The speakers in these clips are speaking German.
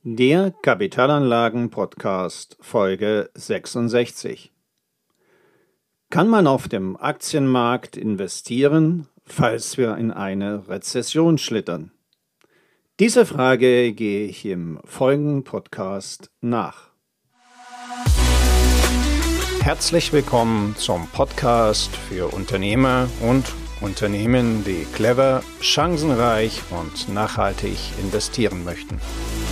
Der Kapitalanlagen-Podcast Folge 66. Kann man auf dem Aktienmarkt investieren, falls wir in eine Rezession schlittern? Diese Frage gehe ich im folgenden Podcast nach. Herzlich willkommen zum Podcast für Unternehmer und Unternehmen, die clever, chancenreich und nachhaltig investieren möchten.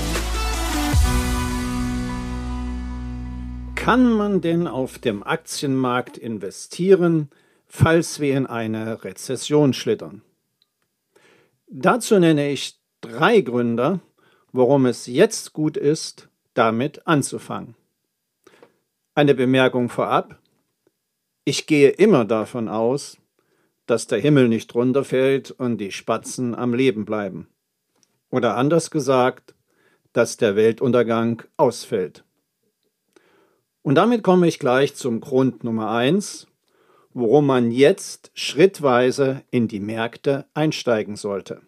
Kann man denn auf dem Aktienmarkt investieren, falls wir in eine Rezession schlittern? Dazu nenne ich 3 Gründe, warum es jetzt gut ist, damit anzufangen. Eine Bemerkung vorab: Ich gehe immer davon aus, dass der Himmel nicht runterfällt und die Spatzen am Leben bleiben. Oder anders gesagt, dass der Weltuntergang ausfällt. Und damit komme ich gleich zum Grund Nummer 1, warum man jetzt schrittweise in die Märkte einsteigen sollte.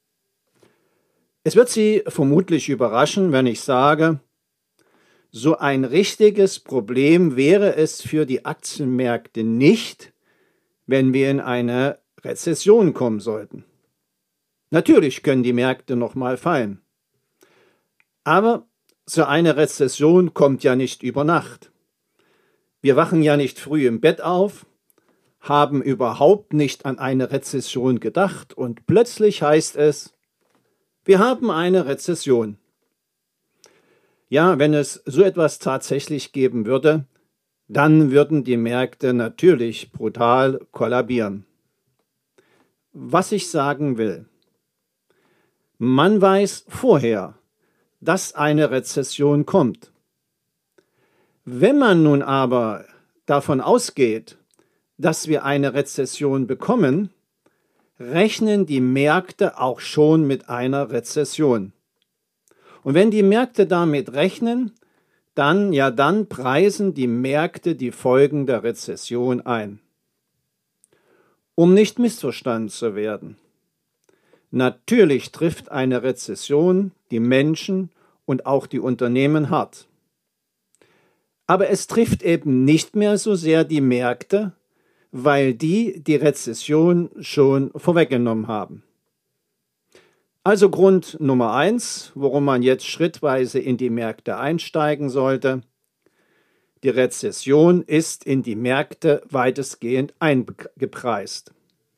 Es wird Sie vermutlich überraschen, wenn ich sage, so ein richtiges Problem wäre es für die Aktienmärkte nicht, wenn wir in eine Rezession kommen sollten. Natürlich können die Märkte nochmal fallen. Aber so eine Rezession kommt ja nicht über Nacht. Wir wachen ja nicht früh im Bett auf, haben überhaupt nicht an eine Rezession gedacht und plötzlich heißt es, wir haben eine Rezession. Ja, wenn es so etwas tatsächlich geben würde, dann würden die Märkte natürlich brutal kollabieren. Was ich sagen will: Man weiß vorher, dass eine Rezession kommt. Wenn man nun aber davon ausgeht, dass wir eine Rezession bekommen, rechnen die Märkte auch schon mit einer Rezession. Und wenn die Märkte damit rechnen, dann preisen die Märkte die Folgen der Rezession ein. Um nicht missverstanden zu werden: Natürlich trifft eine Rezession die Menschen und auch die Unternehmen hart. Aber es trifft eben nicht mehr so sehr die Märkte, weil die Rezession schon vorweggenommen haben. Also Grund Nummer 1, warum man jetzt schrittweise in die Märkte einsteigen sollte: Die Rezession ist in die Märkte weitestgehend eingepreist.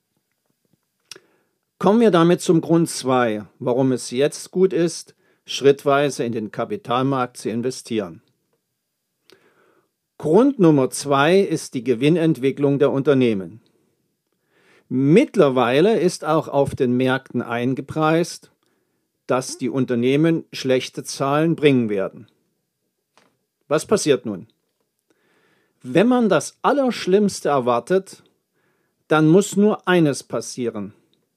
Kommen wir damit zum Grund 2, warum es jetzt gut ist, schrittweise in den Kapitalmarkt zu investieren. Grund Nummer 2 ist die Gewinnentwicklung der Unternehmen. Mittlerweile ist auch auf den Märkten eingepreist, dass die Unternehmen schlechte Zahlen bringen werden. Was passiert nun? Wenn man das Allerschlimmste erwartet, dann muss nur eines passieren: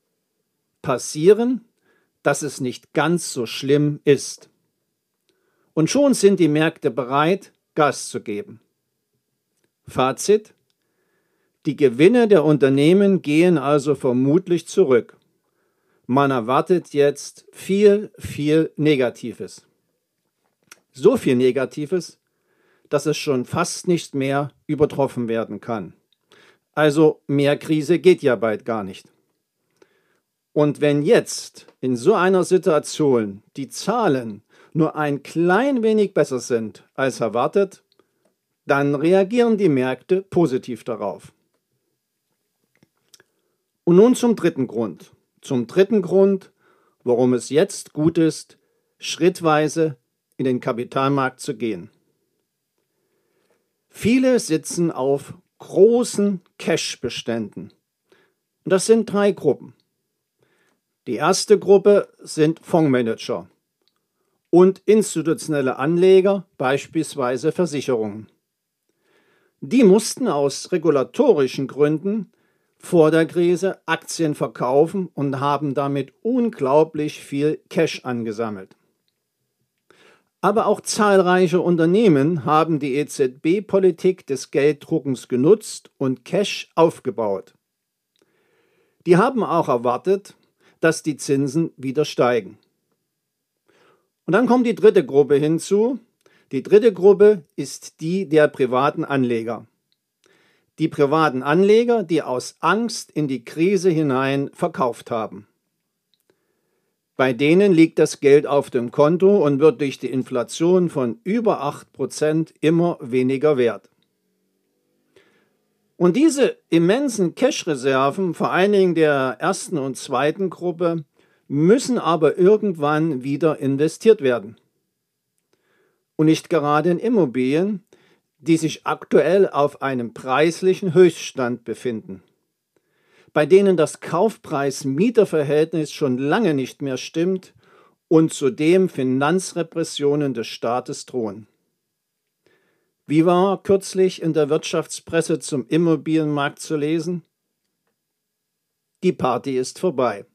dass es nicht ganz so schlimm ist. Und schon sind die Märkte bereit, Gas zu geben. Fazit: Die Gewinne der Unternehmen gehen also vermutlich zurück. Man erwartet jetzt viel Negatives. So viel Negatives, dass es schon fast nicht mehr übertroffen werden kann. Also mehr Krise geht ja bald gar nicht. Und wenn jetzt in so einer Situation die Zahlen nur ein klein wenig besser sind als erwartet, dann reagieren die Märkte positiv darauf. Und nun zum dritten Grund. Warum es jetzt gut ist, schrittweise in den Kapitalmarkt zu gehen. Viele sitzen auf großen Cash-Beständen. Und das sind 3 Gruppen. Die erste Gruppe sind Fondsmanager und institutionelle Anleger, beispielsweise Versicherungen. Die mussten aus regulatorischen Gründen vor der Krise Aktien verkaufen und haben damit unglaublich viel Cash angesammelt. Aber auch zahlreiche Unternehmen haben die EZB-Politik des Gelddruckens genutzt und Cash aufgebaut. Die haben auch erwartet, dass die Zinsen wieder steigen. Und dann kommt die dritte Gruppe hinzu. Die dritte Gruppe ist die der privaten Anleger. Die privaten Anleger, die aus Angst in die Krise hinein verkauft haben. Bei denen liegt das Geld auf dem Konto und wird durch die Inflation von über 8% immer weniger wert. Und diese immensen Cash-Reserven, vor allen Dingen der ersten und zweiten Gruppe, müssen aber irgendwann wieder investiert werden. Und nicht gerade in Immobilien, die sich aktuell auf einem preislichen Höchststand befinden, bei denen das Kaufpreis-Mieter-Verhältnis schon lange nicht mehr stimmt und zudem Finanzrepressionen des Staates drohen. Wie war kürzlich in der Wirtschaftspresse zum Immobilienmarkt zu lesen? Die Party ist vorbei.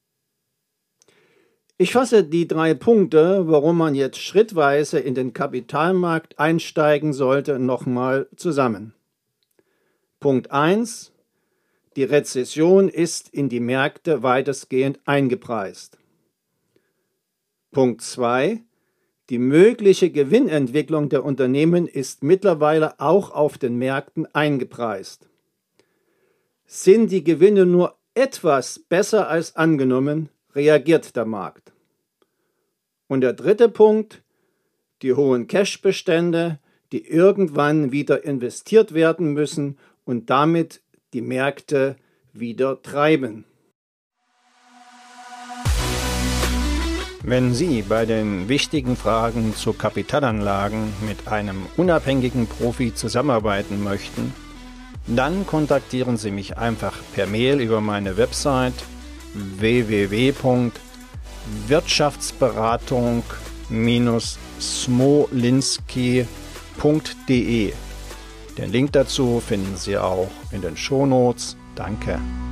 Ich fasse die 3 Punkte, warum man jetzt schrittweise in den Kapitalmarkt einsteigen sollte, nochmal zusammen. Punkt 1. Die Rezession ist in die Märkte weitestgehend eingepreist. Punkt 2. Die mögliche Gewinnentwicklung der Unternehmen ist mittlerweile auch auf den Märkten eingepreist. Sind die Gewinne nur etwas besser als angenommen, reagiert der Markt. Und der dritte Punkt, die hohen Cashbestände, die irgendwann wieder investiert werden müssen und damit die Märkte wieder treiben. Wenn Sie bei den wichtigen Fragen zu Kapitalanlagen mit einem unabhängigen Profi zusammenarbeiten möchten, dann kontaktieren Sie mich einfach per Mail über meine Website www.wirtschaftsberatung-smolinski.de. Den Link dazu finden Sie auch in den Shownotes. Danke.